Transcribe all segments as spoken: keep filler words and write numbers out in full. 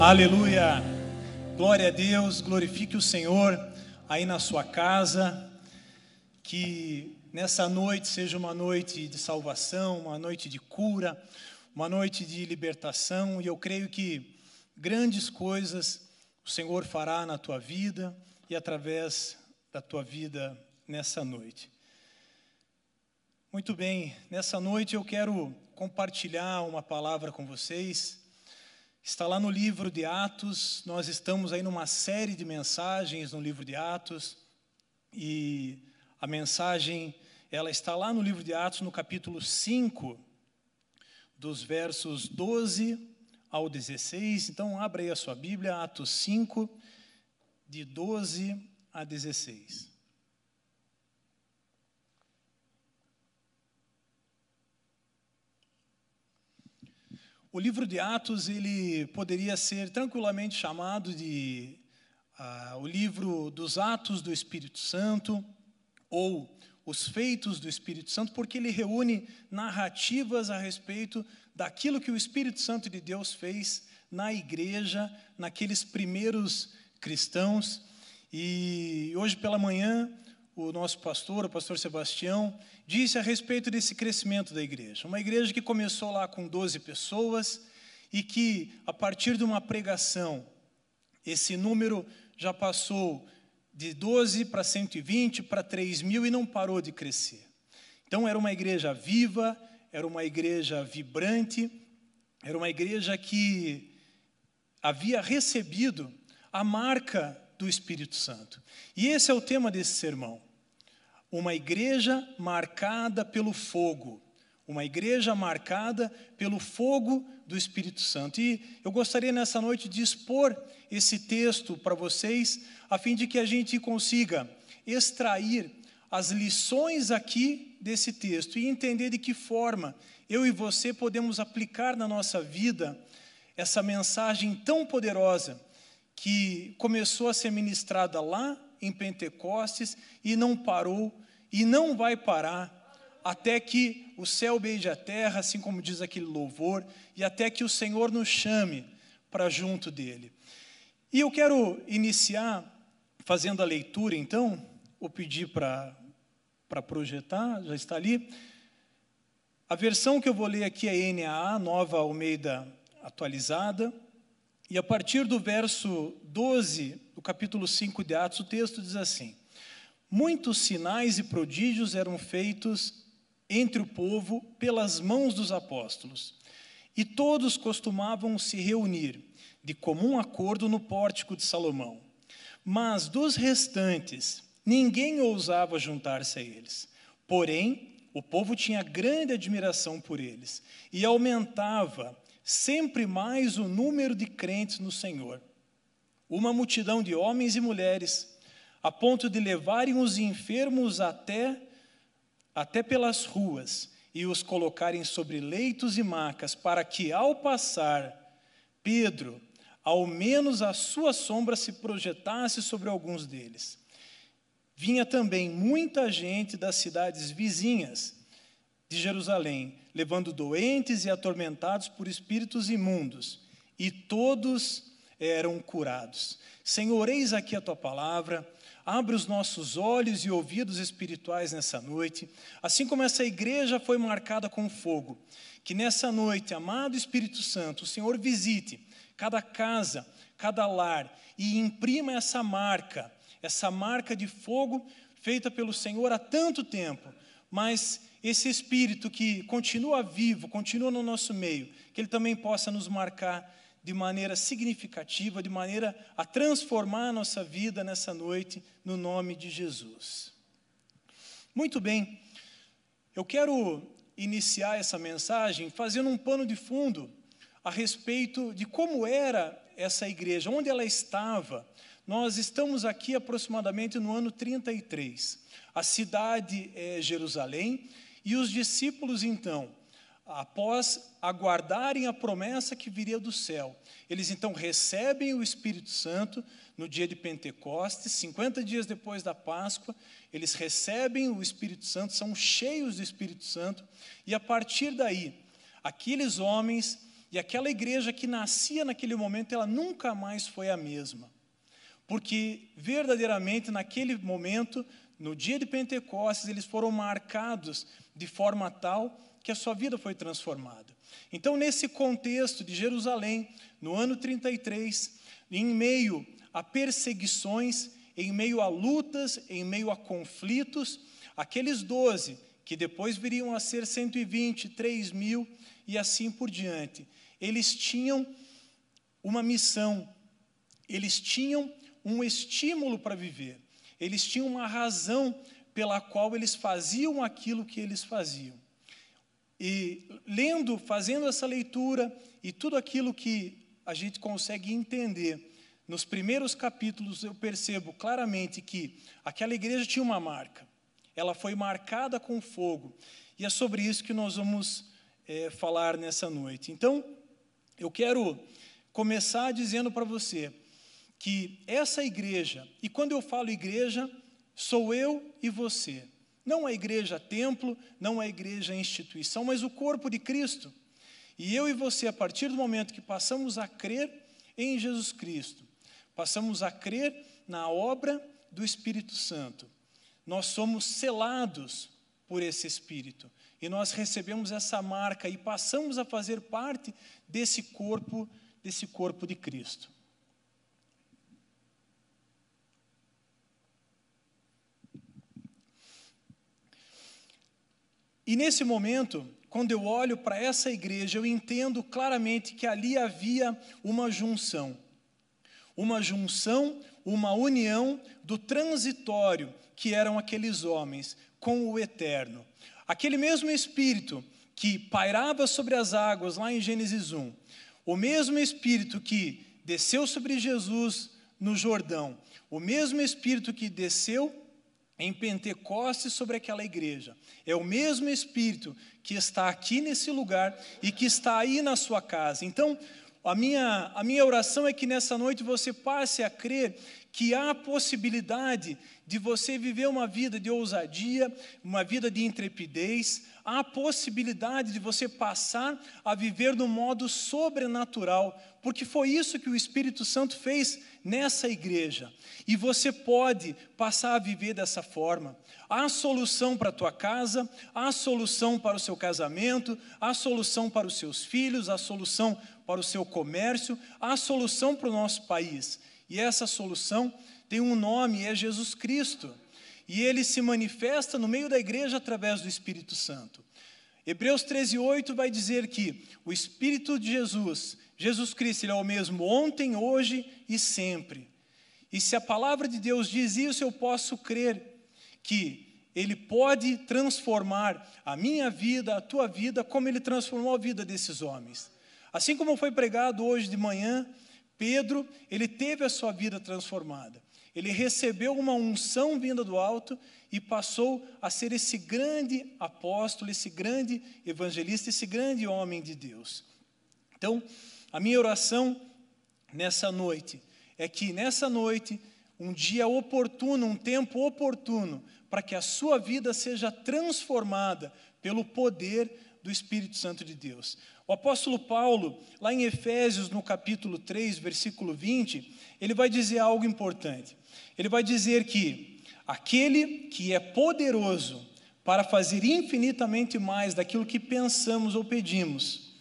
Aleluia, glória a Deus, glorifique o Senhor aí na sua casa, que nessa noite seja uma noite de salvação, uma noite de cura, uma noite de libertação, e eu creio que grandes coisas o Senhor fará na tua vida e através da tua vida nessa noite. Muito bem, nessa noite eu quero compartilhar uma palavra com vocês. Está lá no livro de Atos, nós estamos aí numa série de mensagens no livro de Atos, e a mensagem, ela está lá no livro de Atos, no capítulo cinco, dos versos doze ao dezesseis. Então, abra aí a sua Bíblia, Atos cinco, de doze a dezesseis. O livro de Atos, ele poderia ser tranquilamente chamado de ah, o livro dos Atos do Espírito Santo, ou os feitos do Espírito Santo, porque ele reúne narrativas a respeito daquilo que o Espírito Santo de Deus fez na igreja, naqueles primeiros cristãos. E hoje pela manhã, o nosso pastor, o pastor Sebastião, disse a respeito desse crescimento da igreja. Uma igreja que começou lá com doze pessoas e que, a partir de uma pregação, esse número já passou de doze para cento e vinte, para três mil e não parou de crescer. Então, era uma igreja viva, era uma igreja vibrante, era uma igreja que havia recebido a marca do Espírito Santo. E esse é o tema desse sermão. Uma igreja marcada pelo fogo. Uma igreja marcada pelo fogo do Espírito Santo. E eu gostaria nessa noite de expor esse texto para vocês, a fim de que a gente consiga extrair as lições aqui desse texto e entender de que forma eu e você podemos aplicar na nossa vida essa mensagem tão poderosa que começou a ser ministrada lá em Pentecostes e não parou e não vai parar até que o céu beije a terra, assim como diz aquele louvor, e até que o Senhor nos chame para junto dele. E eu quero iniciar fazendo a leitura, então, vou pedir para para projetar, já está ali. A versão que eu vou ler aqui é N A A, Nova Almeida Atualizada. E a partir do verso doze, do capítulo cinco de Atos, o texto diz assim: muitos sinais e prodígios eram feitos entre o povo pelas mãos dos apóstolos, e todos costumavam se reunir de comum acordo no pórtico de Salomão. Mas dos restantes, ninguém ousava juntar-se a eles. Porém, o povo tinha grande admiração por eles, e aumentava sempre mais o número de crentes no Senhor. Uma multidão de homens e mulheres, a ponto de levarem os enfermos até, até pelas ruas e os colocarem sobre leitos e macas, para que, ao passar Pedro, ao menos a sua sombra se projetasse sobre alguns deles. Vinha também muita gente das cidades vizinhas de Jerusalém, levando doentes e atormentados por espíritos imundos, e todos eram curados. Senhor, eis aqui a tua palavra, abre os nossos olhos e ouvidos espirituais nessa noite, assim como essa igreja foi marcada com fogo, que nessa noite, amado Espírito Santo, o Senhor visite cada casa, cada lar, e imprima essa marca, essa marca de fogo feita pelo Senhor há tanto tempo, mas esse Espírito que continua vivo, continua no nosso meio, que Ele também possa nos marcar de maneira significativa, de maneira a transformar a nossa vida nessa noite, no nome de Jesus. Muito bem, eu quero iniciar essa mensagem fazendo um pano de fundo a respeito de como era essa igreja, onde ela estava. Nós estamos aqui aproximadamente no ano trinta e três. A cidade é Jerusalém, e os discípulos, então, após aguardarem a promessa que viria do céu, eles então recebem o Espírito Santo no dia de Pentecostes, cinquenta dias depois da Páscoa, eles recebem o Espírito Santo, são cheios do Espírito Santo, e a partir daí, aqueles homens E aquela igreja que nascia naquele momento, ela nunca mais foi a mesma. Porque verdadeiramente naquele momento, no dia de Pentecostes, eles foram marcados de forma tal que a sua vida foi transformada. Então, nesse contexto de Jerusalém, no ano trinta e três, em meio a perseguições, em meio a lutas, em meio a conflitos, aqueles doze, que depois viriam a ser cento e vinte, três mil e assim por diante, eles tinham uma missão, eles tinham um estímulo para viver, eles tinham uma razão pela qual eles faziam aquilo que eles faziam. E lendo, fazendo essa leitura e tudo aquilo que a gente consegue entender, nos primeiros capítulos eu percebo claramente que aquela igreja tinha uma marca, ela foi marcada com fogo, e é sobre isso que nós vamos é, falar nessa noite. Então, eu quero começar dizendo para você que essa igreja, e quando eu falo igreja, sou eu e você, não a igreja templo, não a igreja instituição, mas o corpo de Cristo. E eu e você, a partir do momento que passamos a crer em Jesus Cristo, passamos a crer na obra do Espírito Santo, nós somos selados por esse Espírito, e nós recebemos essa marca e passamos a fazer parte desse corpo, desse corpo de Cristo. E nesse momento, quando eu olho para essa igreja, eu entendo claramente que ali havia uma junção. Uma junção, uma união do transitório, que eram aqueles homens, com o eterno. Aquele mesmo Espírito que pairava sobre as águas, lá em Gênesis um, o mesmo Espírito que desceu sobre Jesus no Jordão, o mesmo Espírito que desceu em Pentecostes sobre aquela igreja, é o mesmo Espírito que está aqui nesse lugar e que está aí na sua casa. Então, a minha, a minha oração é que nessa noite você passe a crer que há a possibilidade de você viver uma vida de ousadia, uma vida de intrepidez, há a possibilidade de você passar a viver no modo sobrenatural, porque foi isso que o Espírito Santo fez nessa igreja, e você pode passar a viver dessa forma. Há solução para a tua casa, há solução para o seu casamento, há solução para os seus filhos, há solução para o seu comércio, há solução para o nosso país, e essa solução tem um nome, é Jesus Cristo, e ele se manifesta no meio da igreja através do Espírito Santo. Hebreus treze, oito vai dizer que o Espírito de Jesus, Jesus Cristo, ele é o mesmo ontem, hoje e sempre. E se a palavra de Deus diz isso, eu posso crer que ele pode transformar a minha vida, a tua vida, como ele transformou a vida desses homens. Assim como foi pregado hoje de manhã, Pedro, ele teve a sua vida transformada. Ele recebeu uma unção vinda do alto e passou a ser esse grande apóstolo, esse grande evangelista, esse grande homem de Deus. Então, a minha oração nessa noite é que nessa noite, um dia oportuno, um tempo oportuno, para que a sua vida seja transformada pelo poder do Espírito Santo de Deus. O apóstolo Paulo, lá em Efésios, no capítulo três, versículo vinte, ele vai dizer algo importante. Ele vai dizer que aquele que é poderoso para fazer infinitamente mais daquilo que pensamos ou pedimos,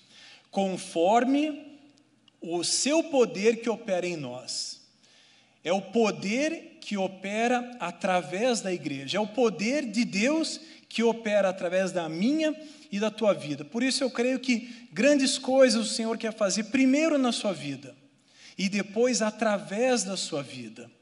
conforme o seu poder que opera em nós. É o poder que opera através da igreja, é o poder de Deus que opera através da minha e da tua vida. Por isso eu creio que grandes coisas o Senhor quer fazer primeiro na sua vida e depois através da sua vida.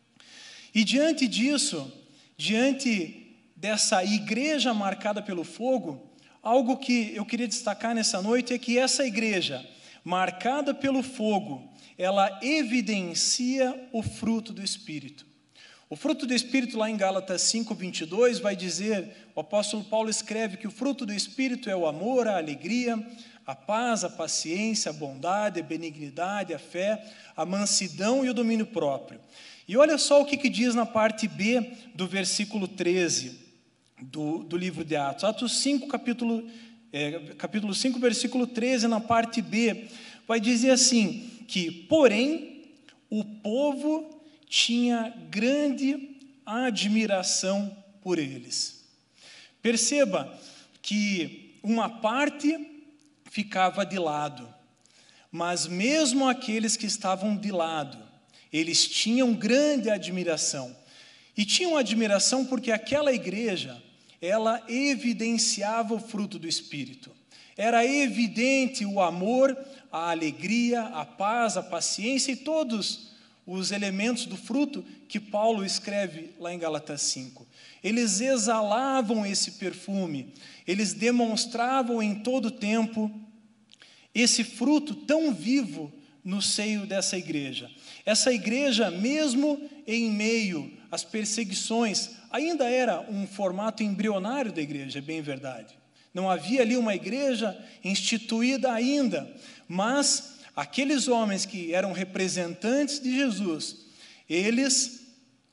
E diante disso, diante dessa igreja marcada pelo fogo, algo que eu queria destacar nessa noite é que essa igreja marcada pelo fogo, ela evidencia o fruto do Espírito. O fruto do Espírito, lá em Gálatas cinco, vinte e dois, vai dizer, o apóstolo Paulo escreve que o fruto do Espírito é o amor, a alegria, a paz, a paciência, a bondade, a benignidade, a fé, a mansidão e o domínio próprio. E olha só o que, que diz na parte B do versículo treze do, do livro de Atos. Atos cinco, capítulo, é, capítulo cinco, versículo treze, na parte B, vai dizer assim, que, porém, o povo tinha grande admiração por eles. Perceba que uma parte ficava de lado, mas mesmo aqueles que estavam de lado, eles tinham grande admiração. E tinham admiração porque aquela igreja, ela evidenciava o fruto do Espírito. Era evidente o amor, a alegria, a paz, a paciência e todos os elementos do fruto que Paulo escreve lá em Gálatas cinco. Eles exalavam esse perfume, eles demonstravam em todo tempo esse fruto tão vivo no seio dessa igreja. Essa igreja, mesmo em meio às perseguições, ainda era um formato embrionário da igreja, é bem verdade. Não havia ali uma igreja instituída ainda, mas aqueles homens que eram representantes de Jesus, eles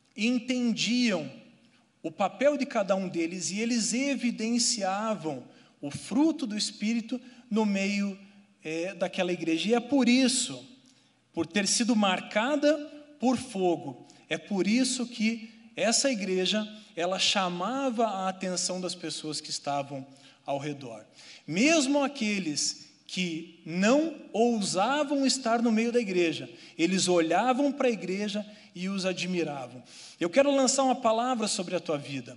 entendiam o papel de cada um deles e eles evidenciavam o fruto do Espírito no meio é, daquela igreja. E é por isso, por ter sido marcada por fogo, é por isso que essa igreja, ela chamava a atenção das pessoas que estavam ao redor. Mesmo aqueles que não ousavam estar no meio da igreja, eles olhavam para a igreja e os admiravam. Eu quero lançar uma palavra sobre a tua vida.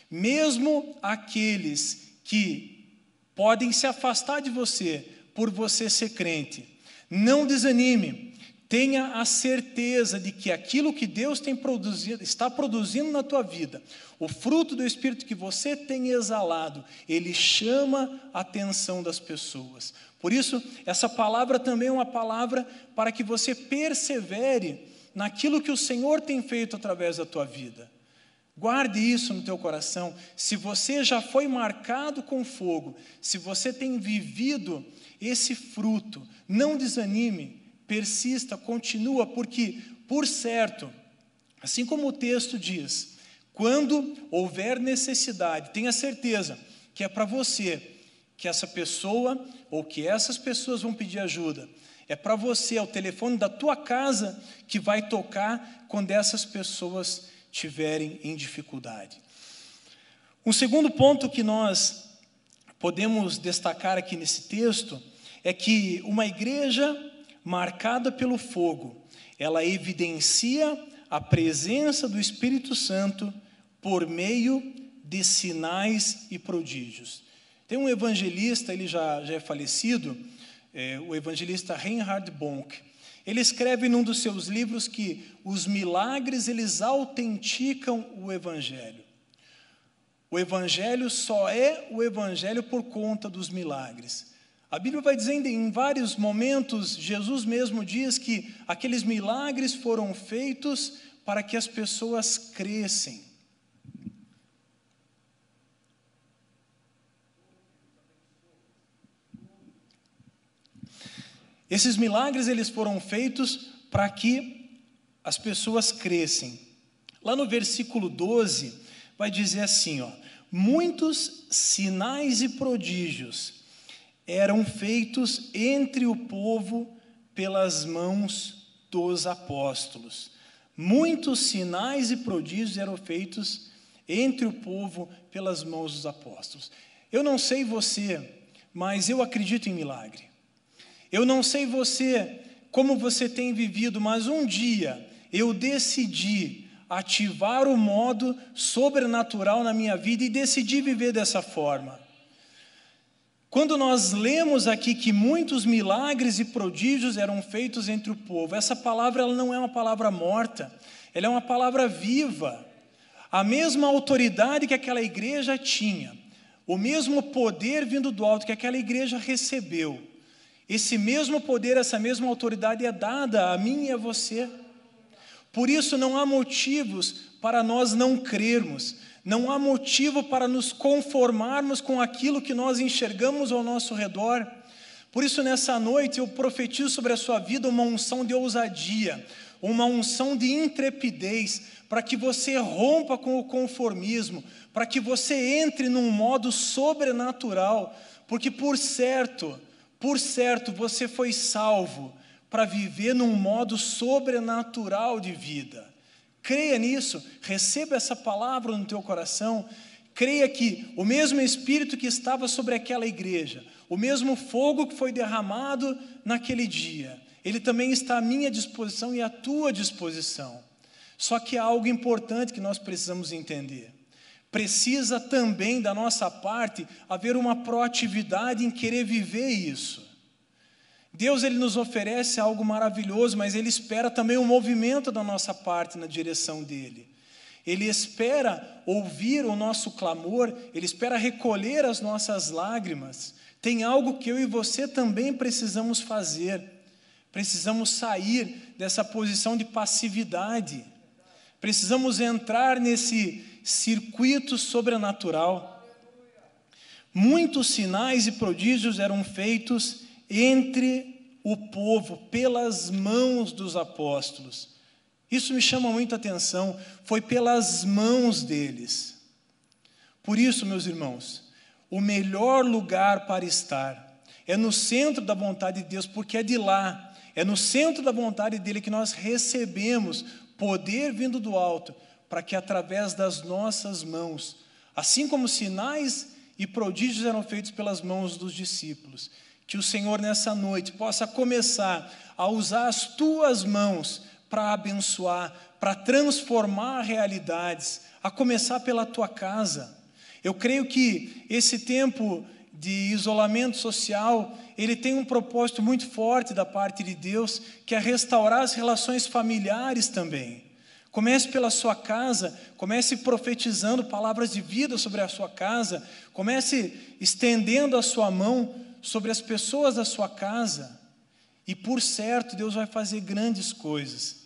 Mesmo aqueles que podem se afastar de você por você ser crente, não desanime. Tenha a certeza de que aquilo que Deus tem produzido, está produzindo na tua vida, o fruto do Espírito que você tem exalado, ele chama a atenção das pessoas. Por isso, essa palavra também é uma palavra para que você persevere naquilo que o Senhor tem feito através da tua vida. Guarde isso no teu coração. Se você já foi marcado com fogo, se você tem vivido esse fruto, não desanime. Persista, continua, porque, por certo, assim como o texto diz, quando houver necessidade, tenha certeza que é para você que essa pessoa, ou que essas pessoas vão pedir ajuda. É para você, é o telefone da tua casa que vai tocar quando essas pessoas estiverem em dificuldade. Um segundo ponto que nós podemos destacar aqui nesse texto é que uma igreja marcada pelo fogo, ela evidencia a presença do Espírito Santo por meio de sinais e prodígios. Tem um evangelista, ele já, já é falecido, é, o evangelista Reinhard Bonk. Ele escreve num dos seus livros que os milagres, eles autenticam o evangelho. O evangelho só é o evangelho por conta dos milagres. A Bíblia vai dizendo em vários momentos, Jesus mesmo diz que aqueles milagres foram feitos para que as pessoas crescem. Esses milagres, eles foram feitos para que as pessoas crescem. Lá no versículo doze, vai dizer assim, ó, muitos sinais e prodígios eram feitos entre o povo pelas mãos dos apóstolos. Muitos sinais e prodígios eram feitos entre o povo pelas mãos dos apóstolos. Eu não sei você, mas eu acredito em milagre. Eu não sei você, como você tem vivido, mas um dia eu decidi ativar o modo sobrenatural na minha vida e decidi viver dessa forma. Quando nós lemos aqui que muitos milagres e prodígios eram feitos entre o povo, essa palavra ela não é uma palavra morta, ela é uma palavra viva. A mesma autoridade que aquela igreja tinha, o mesmo poder vindo do alto que aquela igreja recebeu, esse mesmo poder, essa mesma autoridade é dada a mim e a você. Por isso não há motivos para nós não crermos. Não há motivo para nos conformarmos com aquilo que nós enxergamos ao nosso redor. Por isso, nessa noite, eu profetizo sobre a sua vida uma unção de ousadia, uma unção de intrepidez, para que você rompa com o conformismo, para que você entre num modo sobrenatural, porque por certo, por certo, você foi salvo para viver num modo sobrenatural de vida. Creia nisso, receba essa palavra no teu coração, creia que o mesmo Espírito que estava sobre aquela igreja, o mesmo fogo que foi derramado naquele dia, ele também está à minha disposição e à tua disposição. Só que há algo importante que nós precisamos entender. Precisa também da nossa parte haver uma proatividade em querer viver isso. Deus, ele nos oferece algo maravilhoso, mas ele espera também um movimento da nossa parte na direção dele. Ele espera ouvir o nosso clamor, ele espera recolher as nossas lágrimas. Tem algo que eu e você também precisamos fazer. Precisamos sair dessa posição de passividade. Precisamos entrar nesse circuito sobrenatural. Muitos sinais e prodígios eram feitos entre o povo, pelas mãos dos apóstolos. Isso me chama muita atenção, foi pelas mãos deles. Por isso, meus irmãos, o melhor lugar para estar é no centro da vontade de Deus, porque é de lá, é no centro da vontade dele que nós recebemos poder vindo do alto, para que através das nossas mãos, assim como sinais e prodígios eram feitos pelas mãos dos discípulos, que o Senhor nessa noite possa começar a usar as tuas mãos para abençoar, para transformar realidades, a começar pela tua casa. Eu creio que esse tempo de isolamento social, ele tem um propósito muito forte da parte de Deus, que é restaurar as relações familiares também. Comece pela sua casa, comece profetizando palavras de vida sobre a sua casa, comece estendendo a sua mão sobre as pessoas da sua casa, e por certo Deus vai fazer grandes coisas.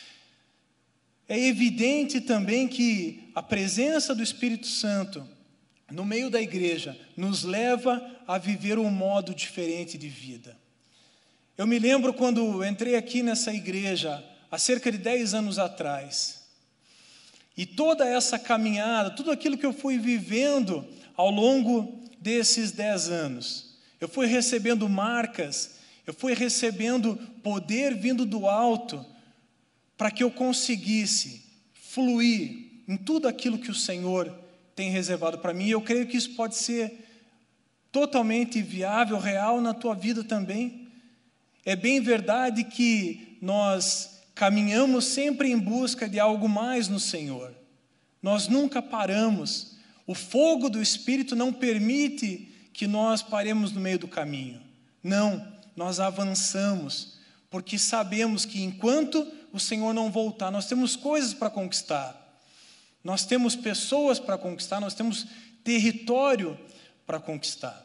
É evidente também que a presença do Espírito Santo no meio da igreja nos leva a viver um modo diferente de vida. Eu me lembro quando entrei aqui nessa igreja há cerca de dez anos atrás, e toda essa caminhada, tudo aquilo que eu fui vivendo ao longo desses dez anos, eu fui recebendo marcas, eu fui recebendo poder vindo do alto, para que eu conseguisse fluir em tudo aquilo que o Senhor tem reservado para mim. E eu creio que isso pode ser totalmente viável, real na tua vida também. É bem verdade que nós caminhamos sempre em busca de algo mais no Senhor. Nós nunca paramos. O fogo do Espírito não permite que nós paremos no meio do caminho. Não, nós avançamos, porque sabemos que enquanto o Senhor não voltar, nós temos coisas para conquistar. Nós temos pessoas para conquistar, nós temos território para conquistar.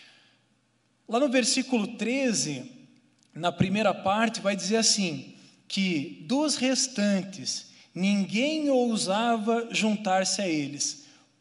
Lá no versículo treze, na primeira parte, vai dizer assim, que dos restantes, ninguém ousava juntar-se a eles.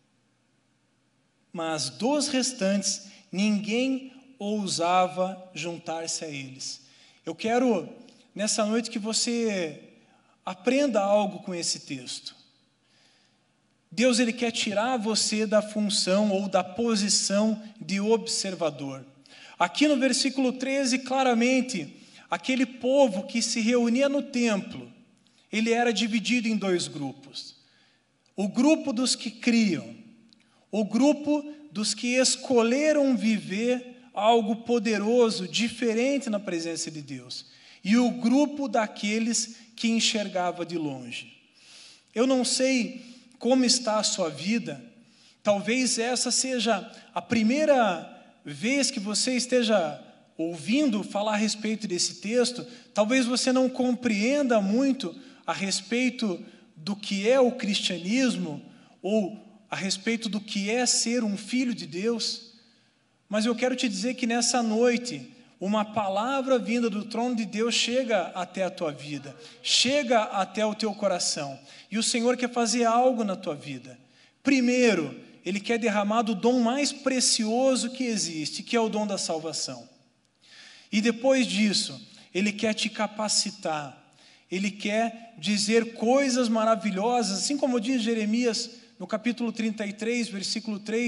Mas dos restantes, ninguém ousava juntar-se a eles. Eu quero, nessa noite, que você aprenda algo com esse texto. Deus, ele quer tirar você da função ou da posição de observador. Aqui no versículo treze, claramente, aquele povo que se reunia no templo, ele era dividido em dois grupos. O grupo dos que criam, o grupo dos que escolheram viver algo poderoso, diferente na presença de Deus, e o grupo daqueles que enxergava de longe. Eu não sei como está a sua vida, talvez essa seja a primeira vez que você esteja ouvindo falar a respeito desse texto, talvez você não compreenda muito a respeito do que é o cristianismo, ou a respeito do que é ser um filho de Deus, mas eu quero te dizer que nessa noite, uma palavra vinda do trono de Deus chega até a tua vida, chega até o teu coração, e o Senhor quer fazer algo na tua vida. Primeiro, Ele quer derramar do dom mais precioso que existe, que é o dom da salvação. E depois disso, Ele quer te capacitar, Ele quer dizer coisas maravilhosas, assim como diz Jeremias no capítulo trinta e três, versículo três,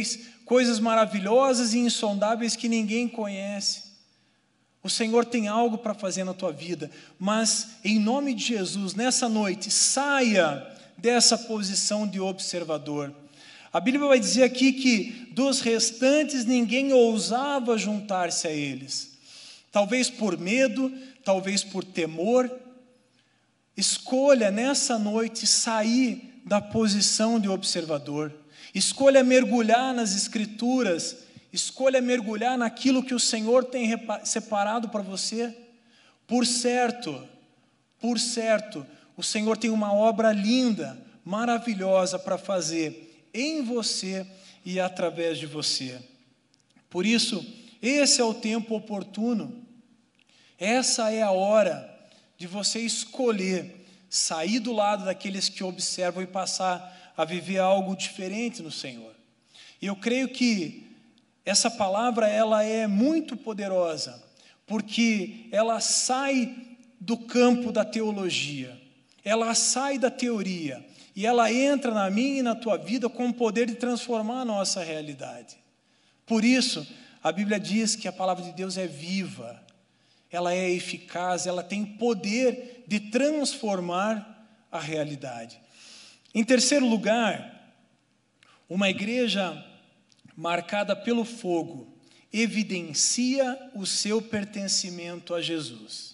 coisas maravilhosas e insondáveis que ninguém conhece. O Senhor tem algo para fazer na tua vida, mas em nome de Jesus, nessa noite, saia dessa posição de observador. A Bíblia vai dizer aqui que dos restantes ninguém ousava juntar-se a eles. Talvez por medo, talvez por temor. Escolha nessa noite sair da posição de observador. Escolha mergulhar nas Escrituras. Escolha mergulhar naquilo que o Senhor tem separado para você. Por certo, por certo, o Senhor tem uma obra linda, maravilhosa para fazer em você e através de você. Por isso, esse é o tempo oportuno. Essa é a hora de você escolher sair do lado daqueles que observam e passar a viver algo diferente no Senhor. E eu creio que essa palavra ela é muito poderosa, porque ela sai do campo da teologia, ela sai da teoria, e ela entra na minha e na tua vida com o poder de transformar a nossa realidade. Por isso, a Bíblia diz que a palavra de Deus é viva, ela é eficaz, ela tem poder de transformar a realidade. Em terceiro lugar, uma igreja marcada pelo fogo evidencia o seu pertencimento a Jesus.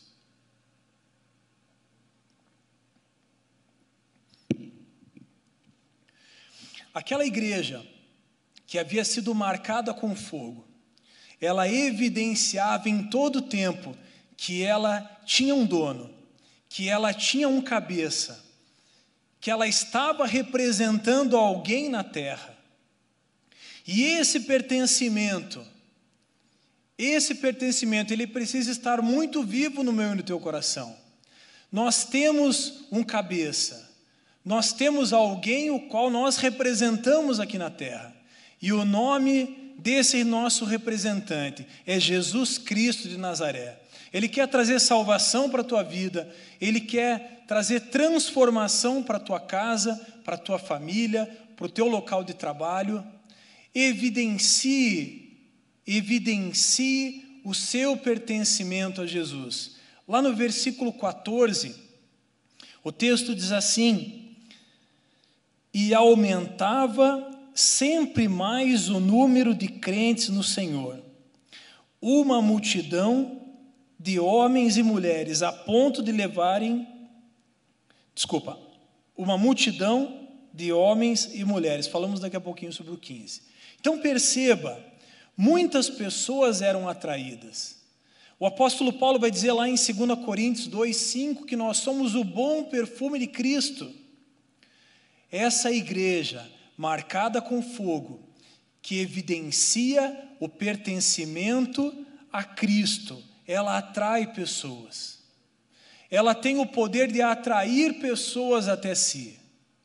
Aquela igreja que havia sido marcada com fogo, ela evidenciava em todo o tempo que ela tinha um dono, que ela tinha um cabeça, que ela estava representando alguém na terra. E esse pertencimento, esse pertencimento, ele precisa estar muito vivo no meu e no teu coração. Nós temos um cabeça, nós temos alguém o qual nós representamos aqui na terra. E o nome desse nosso representante é Jesus Cristo de Nazaré. Ele quer trazer salvação para a tua vida, Ele quer trazer transformação para a tua casa, para a tua família, para o teu local de trabalho. Evidencie, evidencie o seu pertencimento a Jesus. Lá no versículo quatorze, o texto diz assim: e aumentava sempre mais o número de crentes no Senhor, uma multidão de homens e mulheres, a ponto de levarem, desculpa, uma multidão de homens e mulheres. Falamos daqui a pouquinho sobre o quinze. Então perceba, muitas pessoas eram atraídas. O apóstolo Paulo vai dizer lá em dois Coríntios dois, cinco, que nós somos o bom perfume de Cristo. Essa igreja marcada com fogo, que evidencia o pertencimento a Cristo, ela atrai pessoas. Ela tem o poder de atrair pessoas até si.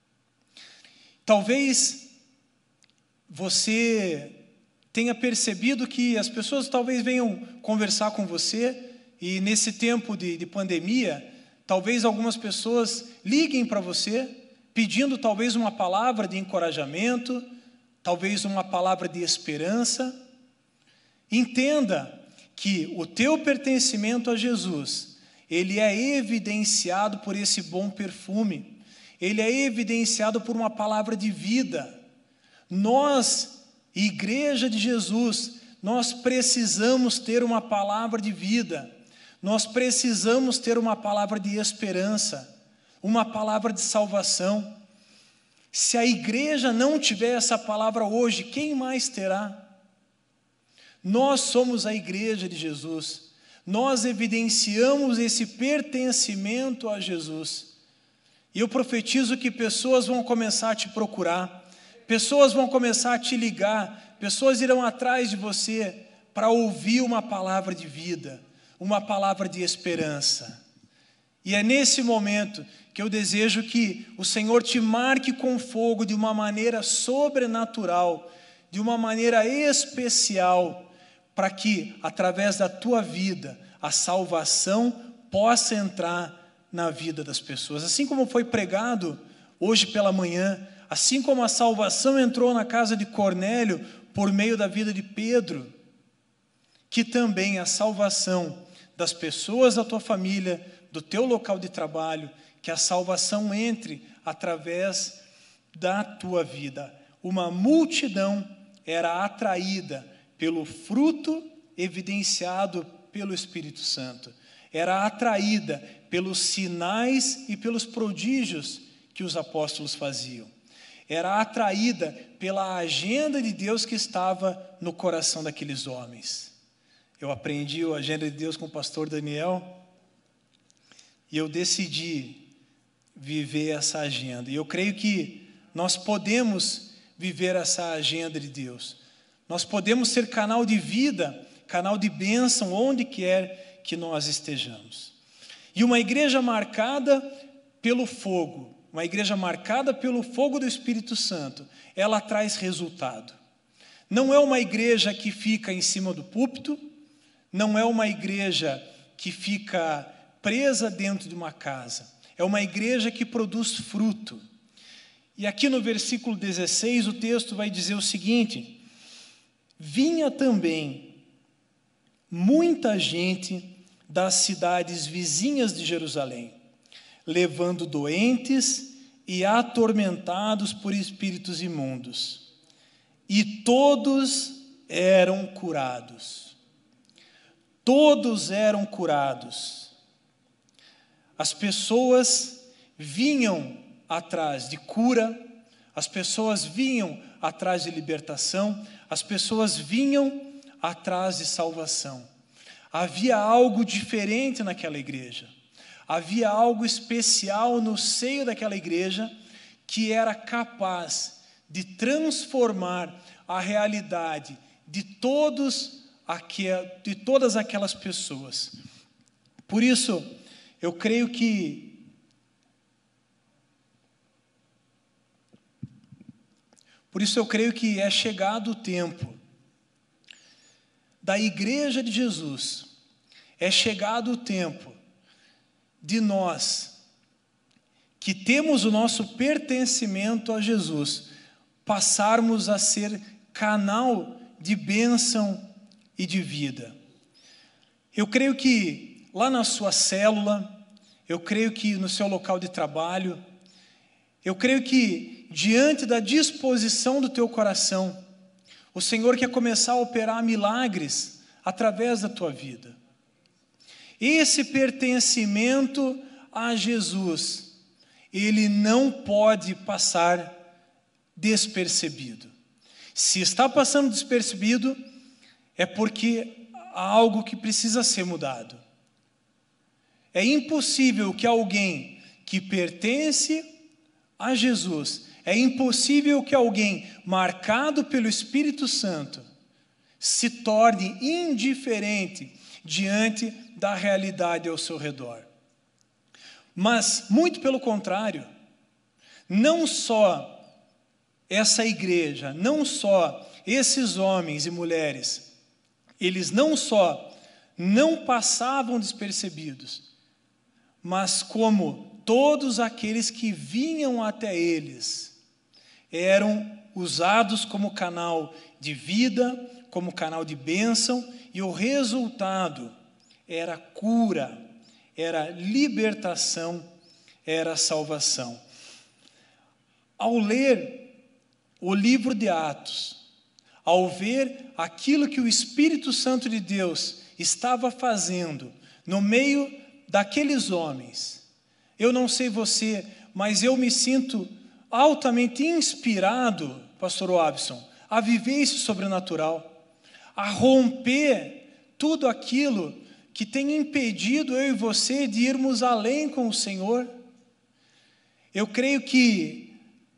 Talvez você tenha percebido que as pessoas talvez venham conversar com você, e nesse tempo de, de pandemia, talvez algumas pessoas liguem para você, pedindo talvez uma palavra de encorajamento, talvez uma palavra de esperança. Entenda que o teu pertencimento a Jesus, ele é evidenciado por esse bom perfume, ele é evidenciado por uma palavra de vida. Nós, Igreja de Jesus, nós precisamos ter uma palavra de vida, nós precisamos ter uma palavra de esperança, uma palavra de salvação. Se a igreja não tiver essa palavra hoje, quem mais terá? Nós somos a igreja de Jesus, nós evidenciamos esse pertencimento a Jesus. E eu profetizo que pessoas vão começar a te procurar, pessoas vão começar a te ligar, pessoas irão atrás de você para ouvir uma palavra de vida, uma palavra de esperança. E é nesse momento que eu desejo que o Senhor te marque com fogo de uma maneira sobrenatural, de uma maneira especial, para que, através da tua vida, a salvação possa entrar na vida das pessoas. Assim como foi pregado hoje pela manhã, assim como a salvação entrou na casa de Cornélio por meio da vida de Pedro, que também a salvação das pessoas da tua família, do teu local de trabalho, que a salvação entre através da tua vida. Uma multidão era atraída pelo fruto evidenciado pelo Espírito Santo. Era atraída pelos sinais e pelos prodígios que os apóstolos faziam. Era atraída pela agenda de Deus que estava no coração daqueles homens. Eu aprendi a agenda de Deus com o pastor Daniel e eu decidi viver essa agenda. E eu creio que nós podemos viver essa agenda de Deus. Nós podemos ser canal de vida, canal de bênção, onde quer que nós estejamos. E uma igreja marcada pelo fogo, uma igreja marcada pelo fogo do Espírito Santo, ela traz resultado. Não é uma igreja que fica em cima do púlpito, não é uma igreja que fica presa dentro de uma casa. É uma igreja que produz fruto. E aqui no versículo dezesseis, o texto vai dizer o seguinte: vinha também muita gente das cidades vizinhas de Jerusalém, levando doentes e atormentados por espíritos imundos, e todos eram curados. Todos eram curados. As pessoas vinham atrás de cura, as pessoas vinham atrás de libertação, as pessoas vinham atrás de salvação. Havia algo diferente naquela igreja. Havia algo especial no seio daquela igreja que era capaz de transformar a realidade de todos de todas aquelas pessoas. Por isso, eu creio que por isso eu creio que é chegado o tempo da igreja de Jesus, é chegado o tempo de nós, que temos o nosso pertencimento a Jesus, passarmos a ser canal de bênção e de vida. Eu creio que lá na sua célula, eu creio que no seu local de trabalho, eu creio que diante da disposição do teu coração, o Senhor quer começar a operar milagres através da tua vida. Esse pertencimento a Jesus, ele não pode passar despercebido. Se está passando despercebido, é porque há algo que precisa ser mudado. É impossível que alguém que pertence a Jesus, é impossível que alguém marcado pelo Espírito Santo se torne indiferente diante da realidade ao seu redor. Mas, muito pelo contrário, não só essa igreja, não só esses homens e mulheres, eles não só não passavam despercebidos, mas como todos aqueles que vinham até eles eram usados como canal de vida, como canal de bênção, e o resultado era cura, era libertação, era salvação. Ao ler o livro de Atos, ao ver aquilo que o Espírito Santo de Deus estava fazendo no meio daqueles homens, eu não sei você, mas eu me sinto altamente inspirado, pastor Wabson, a viver isso sobrenatural, a romper tudo aquilo que tem impedido eu e você de irmos além com o Senhor. Eu creio que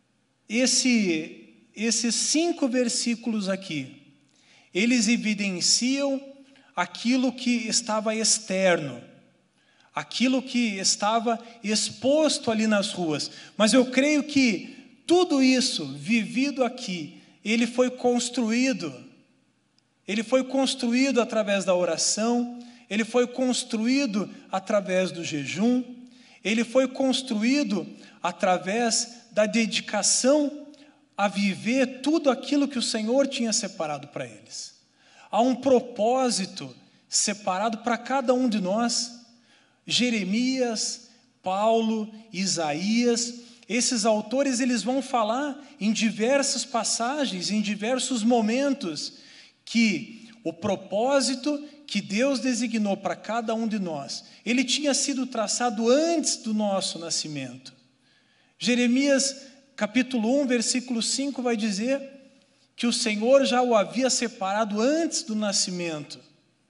esse Esses cinco versículos aqui, eles evidenciam aquilo que estava externo, aquilo que estava exposto ali nas ruas. Mas eu creio que tudo isso, vivido aqui, ele foi construído, ele foi construído através da oração, ele foi construído através do jejum, ele foi construído através da dedicação a viver tudo aquilo que o Senhor tinha separado para eles. Há um propósito separado para cada um de nós. Jeremias, Paulo, Isaías, esses autores eles vão falar em diversas passagens, em diversos momentos, que o propósito que Deus designou para cada um de nós, ele tinha sido traçado antes do nosso nascimento. Jeremias capítulo um, versículo cinco vai dizer que o Senhor já o havia separado antes do nascimento.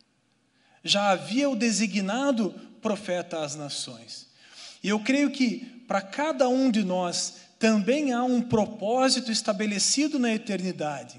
Já havia o designado profeta às nações. E eu creio que para cada um de nós também há um propósito estabelecido na eternidade.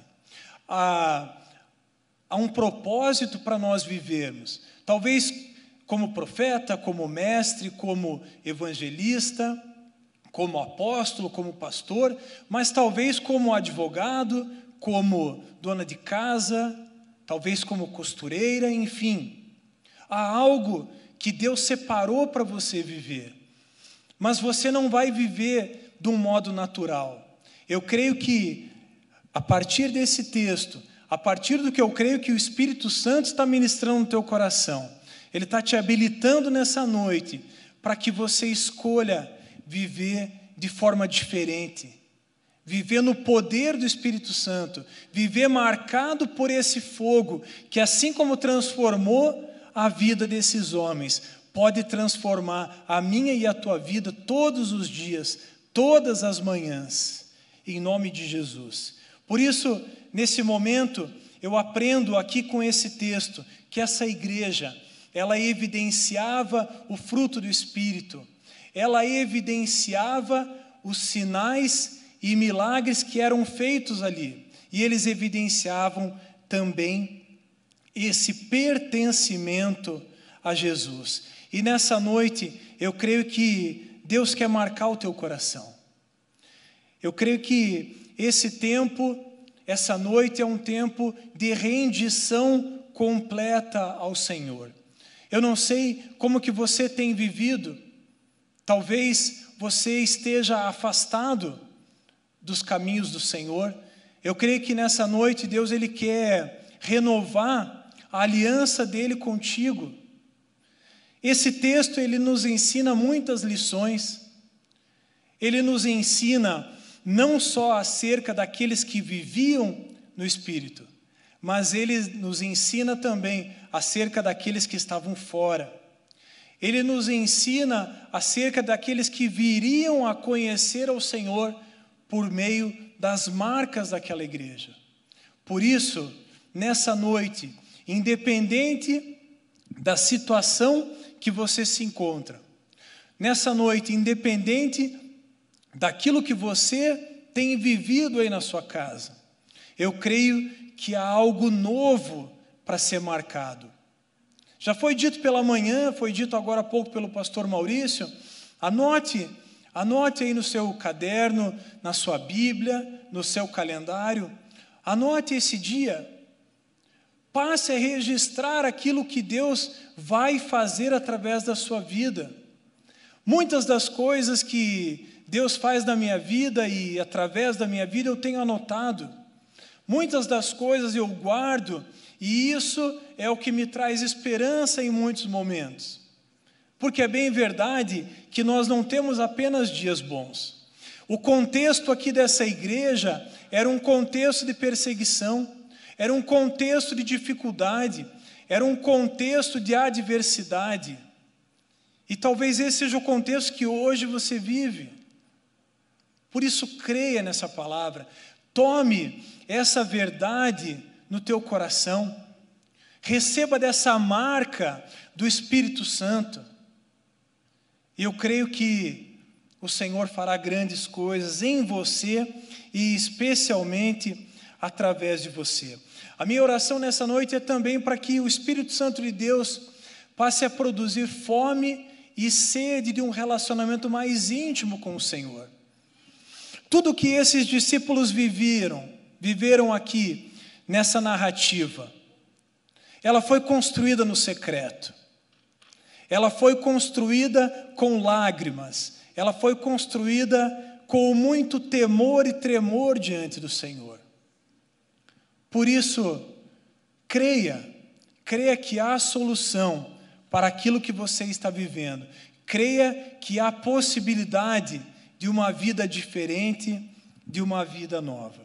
Há, há um propósito para nós vivermos. Talvez como profeta, como mestre, como evangelista, como apóstolo, como pastor, mas talvez como advogado, como dona de casa, talvez como costureira, enfim. Há algo que Deus separou para você viver, mas você não vai viver de um modo natural. Eu creio que, a partir desse texto, a partir do que eu creio que o Espírito Santo está ministrando no teu coração, ele está te habilitando nessa noite para que você escolha viver de forma diferente, viver no poder do Espírito Santo, viver marcado por esse fogo, que assim como transformou a vida desses homens, pode transformar a minha e a tua vida todos os dias, todas as manhãs, em nome de Jesus. Por isso, nesse momento, eu aprendo aqui com esse texto, que essa igreja, ela evidenciava o fruto do Espírito, ela evidenciava os sinais e milagres que eram feitos ali, e eles evidenciavam também esse pertencimento a Jesus. E nessa noite, eu creio que Deus quer marcar o teu coração. Eu creio que esse tempo, essa noite é um tempo de rendição completa ao Senhor. Eu não sei como que você tem vivido. Talvez você esteja afastado dos caminhos do Senhor. Eu creio que nessa noite Deus ele quer renovar a aliança dele contigo. Esse texto ele nos ensina muitas lições. Ele nos ensina não só acerca daqueles que viviam no Espírito, mas ele nos ensina também acerca daqueles que estavam fora. Ele nos ensina acerca daqueles que viriam a conhecer ao Senhor por meio das marcas daquela igreja. Por isso, nessa noite, independente da situação que você se encontra, nessa noite, independente daquilo que você tem vivido aí na sua casa, eu creio que há algo novo para ser marcado. Já foi dito pela manhã, foi dito agora há pouco pelo pastor Maurício, anote, anote aí no seu caderno, na sua Bíblia, no seu calendário, anote esse dia, passe a registrar aquilo que Deus vai fazer através da sua vida. Muitas das coisas que Deus faz na minha vida e através da minha vida eu tenho anotado. Muitas das coisas eu guardo e isso é o que me traz esperança em muitos momentos. Porque é bem verdade que nós não temos apenas dias bons. O contexto aqui dessa igreja era um contexto de perseguição, era um contexto de dificuldade, era um contexto de adversidade. E talvez esse seja o contexto que hoje você vive. Por isso, creia nessa palavra. Tome essa verdade no teu coração. Receba dessa marca do Espírito Santo. E eu creio que o Senhor fará grandes coisas em você e especialmente através de você. A minha oração nessa noite é também para que o Espírito Santo de Deus passe a produzir fome e sede de um relacionamento mais íntimo com o Senhor. Tudo que esses discípulos viveram, viveram aqui nessa narrativa, ela foi construída no secreto. Ela foi construída com lágrimas. Ela foi construída com muito temor e tremor diante do Senhor. Por isso, creia, creia que há solução para aquilo que você está vivendo. Creia que há possibilidade de uma vida diferente, de uma vida nova.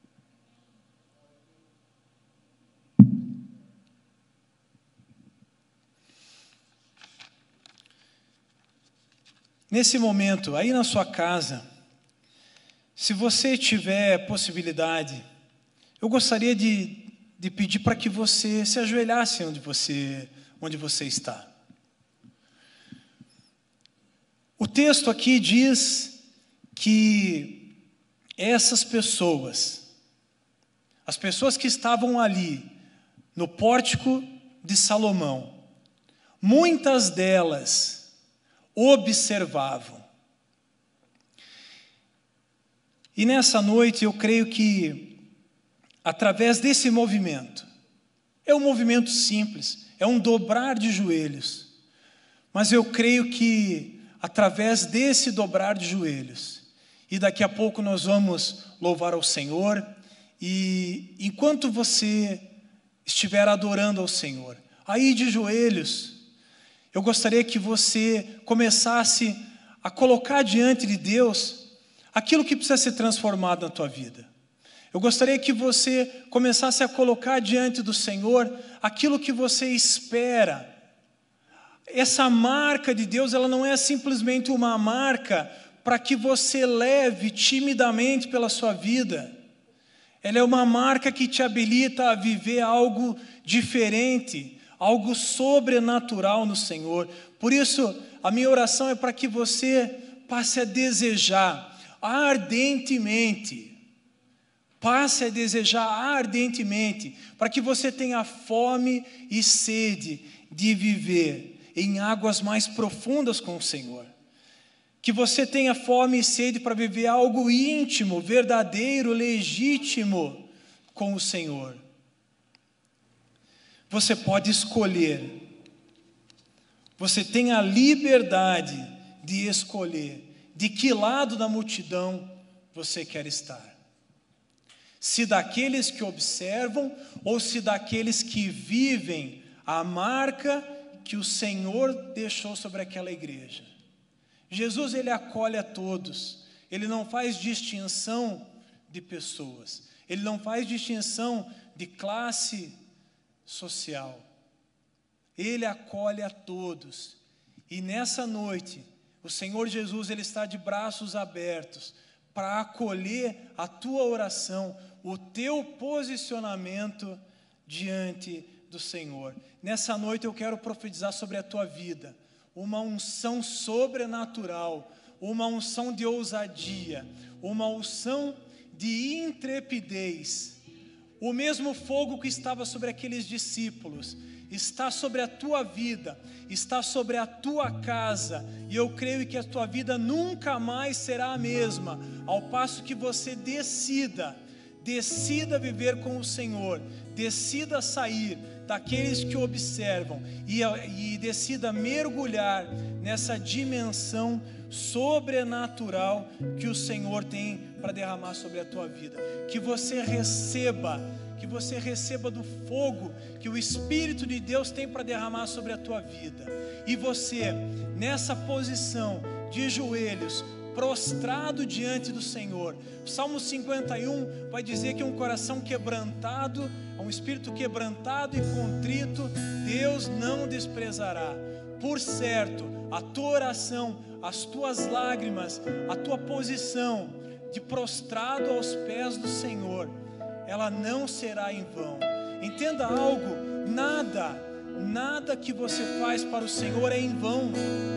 Nesse momento, aí na sua casa, se você tiver possibilidade, eu gostaria de, de pedir para que você se ajoelhasse onde você, onde você está. O texto aqui diz que essas pessoas, as pessoas que estavam ali, no pórtico de Salomão, muitas delas observavam. E nessa noite eu creio que, através desse movimento, é um movimento simples, é um dobrar de joelhos, mas eu creio que, através desse dobrar de joelhos, e daqui a pouco nós vamos louvar ao Senhor, e enquanto você estiver adorando ao Senhor, aí de joelhos, eu gostaria que você começasse a colocar diante de Deus aquilo que precisa ser transformado na tua vida. Eu gostaria que você começasse a colocar diante do Senhor aquilo que você espera. Essa marca de Deus, ela não é simplesmente uma marca para que você leve timidamente pela sua vida. Ela é uma marca que te habilita a viver algo diferente, algo sobrenatural no Senhor. Por isso, a minha oração é para que você passe a desejar ardentemente, passe a desejar ardentemente, para que você tenha fome e sede de viver em águas mais profundas com o Senhor. Que você tenha fome e sede para viver algo íntimo, verdadeiro, legítimo com o Senhor. Você pode escolher, você tem a liberdade de escolher de que lado da multidão você quer estar. Se daqueles que observam ou se daqueles que vivem a marca que o Senhor deixou sobre aquela igreja. Jesus, ele acolhe a todos, ele não faz distinção de pessoas, ele não faz distinção de classe social, ele acolhe a todos. E nessa noite, o Senhor Jesus, ele está de braços abertos para acolher a tua oração, o teu posicionamento diante do Senhor. Nessa noite eu quero profetizar sobre a tua vida uma unção sobrenatural, uma unção de ousadia, uma unção de intrepidez. O mesmo fogo que estava sobre aqueles discípulos está sobre a tua vida, está sobre a tua casa, e eu creio que a tua vida nunca mais será a mesma, ao passo que você decida, decida viver com o Senhor, decida sair daqueles que observam e, e decida mergulhar nessa dimensão sobrenatural que o Senhor tem para derramar sobre a tua vida. Que você receba, que você receba do fogo que o Espírito de Deus tem para derramar sobre a tua vida. E você, nessa posição de joelhos, prostrado diante do Senhor. O Salmo cinquenta e um vai dizer que um coração quebrantado, um espírito quebrantado e contrito, Deus não desprezará. Por certo, a tua oração, as tuas lágrimas, a tua posição de prostrado aos pés do Senhor, ela não será em vão. Entenda algo, nada, nada que você faz para o Senhor é em vão.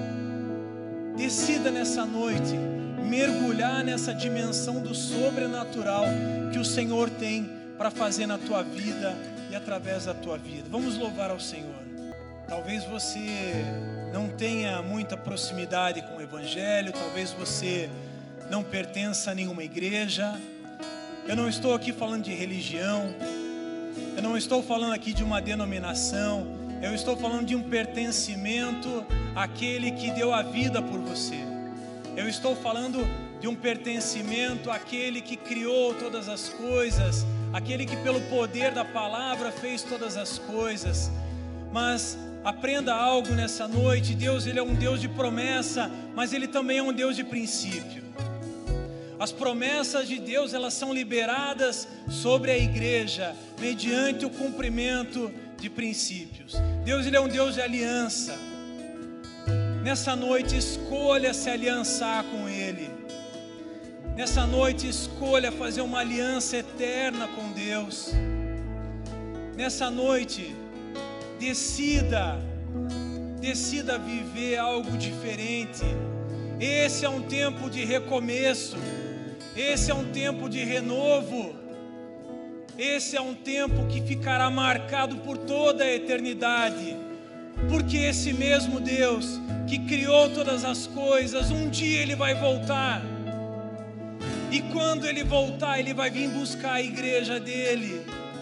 Decida nessa noite mergulhar nessa dimensão do sobrenatural que o Senhor tem para fazer na tua vida e através da tua vida. Vamos louvar ao Senhor. Talvez você não tenha muita proximidade com o Evangelho, talvez você não pertença a nenhuma igreja. Eu não estou aqui falando de religião, eu não estou falando aqui de uma denominação, eu estou falando de um pertencimento àquele que deu a vida por você. Eu estou falando de um pertencimento àquele que criou todas as coisas, aquele que pelo poder da palavra fez todas as coisas. Mas aprenda algo nessa noite: Deus, Ele é um Deus de promessa, mas Ele também é um Deus de princípio. As promessas de Deus, elas são liberadas sobre a igreja mediante o cumprimento de princípios. Deus, Ele é um Deus de aliança. Nessa noite, escolha se aliançar com Ele. Nessa noite, escolha fazer uma aliança eterna com Deus. Nessa noite, decida, decida viver algo diferente. Esse é um tempo de recomeço. Esse é um tempo de renovo. Esse é um tempo que ficará marcado por toda a eternidade. Porque esse mesmo Deus que criou todas as coisas, um dia Ele vai voltar. E quando Ele voltar, Ele vai vir buscar a igreja dEle.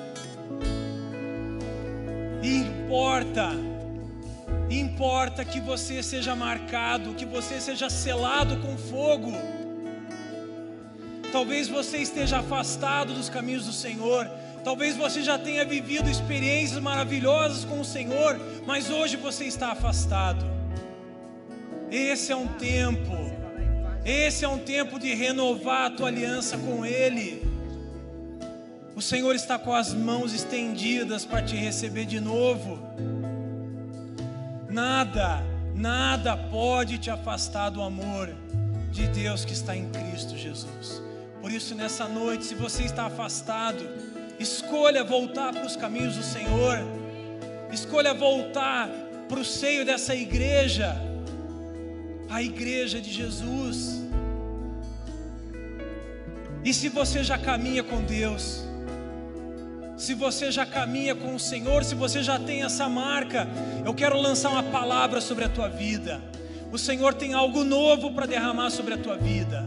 E importa, importa que você seja marcado, que você seja selado com fogo. Talvez você esteja afastado dos caminhos do Senhor. Talvez você já tenha vivido experiências maravilhosas com o Senhor, mas hoje você está afastado. Esse é um tempo, esse é um tempo de renovar a tua aliança com Ele. O Senhor está com as mãos estendidas para te receber de novo. Nada, nada pode te afastar do amor de Deus que está em Cristo Jesus. Por isso, nessa noite, se você está afastado, escolha voltar para os caminhos do Senhor. Escolha voltar para o seio dessa igreja, a igreja de Jesus. E se você já caminha com Deus, se você já caminha com o Senhor, se você já tem essa marca, eu quero lançar uma palavra sobre a tua vida. O Senhor tem algo novo para derramar sobre a tua vida.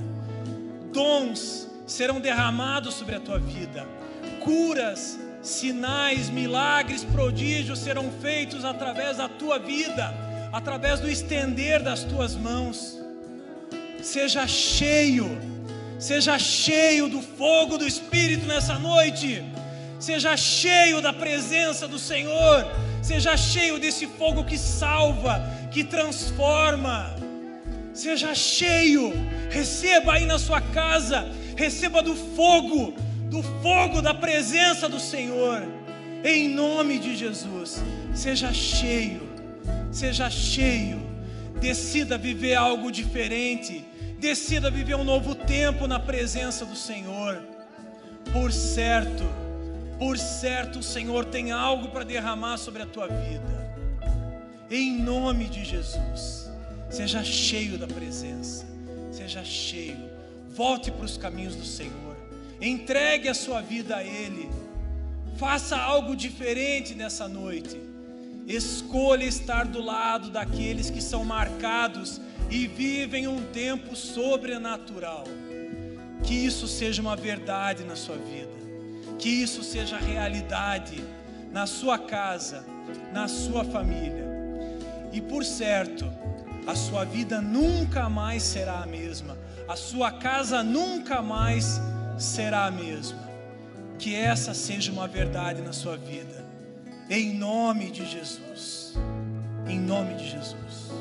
Dons serão derramados sobre a tua vida. Curas, sinais, milagres, prodígios serão feitos através da tua vida, através do estender das tuas mãos. Seja cheio, seja cheio do fogo do Espírito nessa noite. Seja cheio da presença do Senhor. Seja cheio desse fogo que salva, que transforma. Seja cheio. Receba aí na sua casa. Receba do fogo, do fogo da presença do Senhor. Em nome de Jesus. Seja cheio. Seja cheio. Decida viver algo diferente. Decida viver um novo tempo na presença do Senhor. Por certo, por certo o Senhor tem algo para derramar sobre a tua vida. Em nome de Jesus. Seja cheio da presença. Seja cheio. Volte para os caminhos do Senhor. Entregue a sua vida a Ele. Faça algo diferente nessa noite. Escolha estar do lado daqueles que são marcados e vivem um tempo sobrenatural. Que isso seja uma verdade na sua vida. Que isso seja realidade na sua casa, na sua família. E por certo, a sua vida nunca mais será a mesma. A sua casa nunca mais será a mesma. Que essa seja uma verdade na sua vida. Em nome de Jesus. Em nome de Jesus.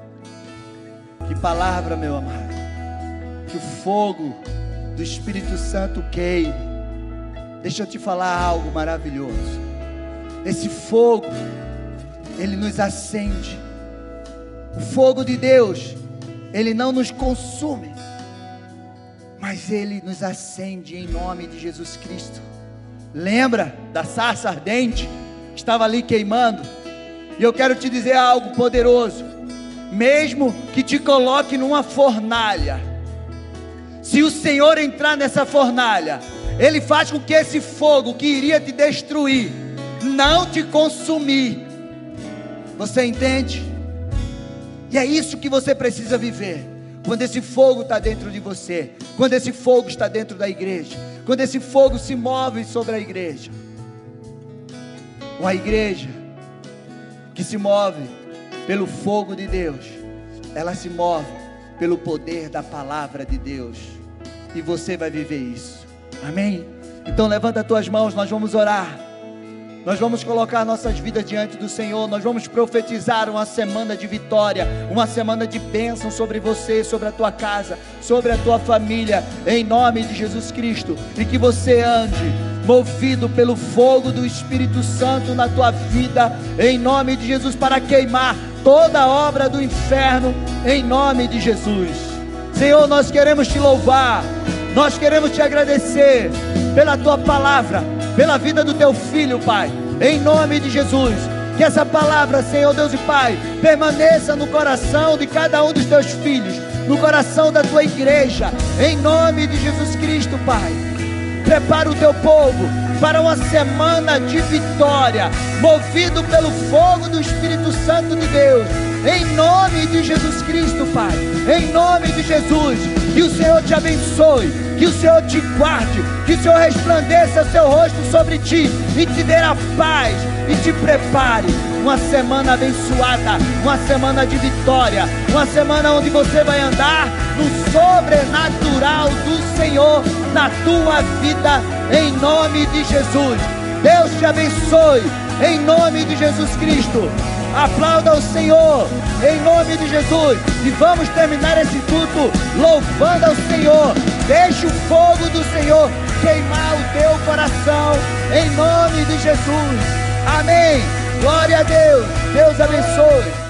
Que palavra, meu amado. Que o fogo do Espírito Santo queime. Deixa eu te falar algo maravilhoso. Esse fogo, ele nos acende. O fogo de Deus, ele não nos consome, mas ele nos acende em nome de Jesus Cristo. Lembra da sarça ardente que estava ali queimando? E eu quero te dizer algo poderoso. Mesmo que te coloque numa fornalha, se o Senhor entrar nessa fornalha, Ele faz com que esse fogo que iria te destruir não te consumir. Você entende? E é isso que você precisa viver. Quando esse fogo está dentro de você, quando esse fogo está dentro da igreja, quando esse fogo se move sobre a igreja. Uma igreja que se move pelo fogo de Deus, ela se move pelo poder da palavra de Deus. E você vai viver isso. Amém? Então levanta as tuas mãos, nós vamos orar. Nós vamos colocar nossas vidas diante do Senhor. Nós vamos profetizar uma semana de vitória, uma semana de bênção sobre você, sobre a tua casa, sobre a tua família, em nome de Jesus Cristo. E que você ande movido pelo fogo do Espírito Santo na tua vida, em nome de Jesus, para queimar toda a obra do inferno, em nome de Jesus. Senhor, nós queremos te louvar, nós queremos te agradecer pela tua palavra, pela vida do teu filho, Pai, em nome de Jesus. Que essa palavra, Senhor Deus e Pai, permaneça no coração de cada um dos teus filhos, no coração da tua igreja, em nome de Jesus Cristo, Pai. Prepara o teu povo para uma semana de vitória, movido pelo fogo do Espírito Santo de Deus, em nome de Jesus Cristo, Pai, em nome de Jesus. Que o Senhor te abençoe, que o Senhor te guarde, que o Senhor resplandeça o seu rosto sobre ti e te dê a paz, e te prepare uma semana abençoada, uma semana de vitória, uma semana onde você vai andar no sobrenatural do Senhor na tua vida, em nome de Jesus. Deus te abençoe, em nome de Jesus Cristo. Aplauda o Senhor, em nome de Jesus. E vamos terminar esse culto louvando ao Senhor. Deixe o fogo do Senhor queimar o teu coração, em nome de Jesus. Amém. Glória a Deus. Deus abençoe.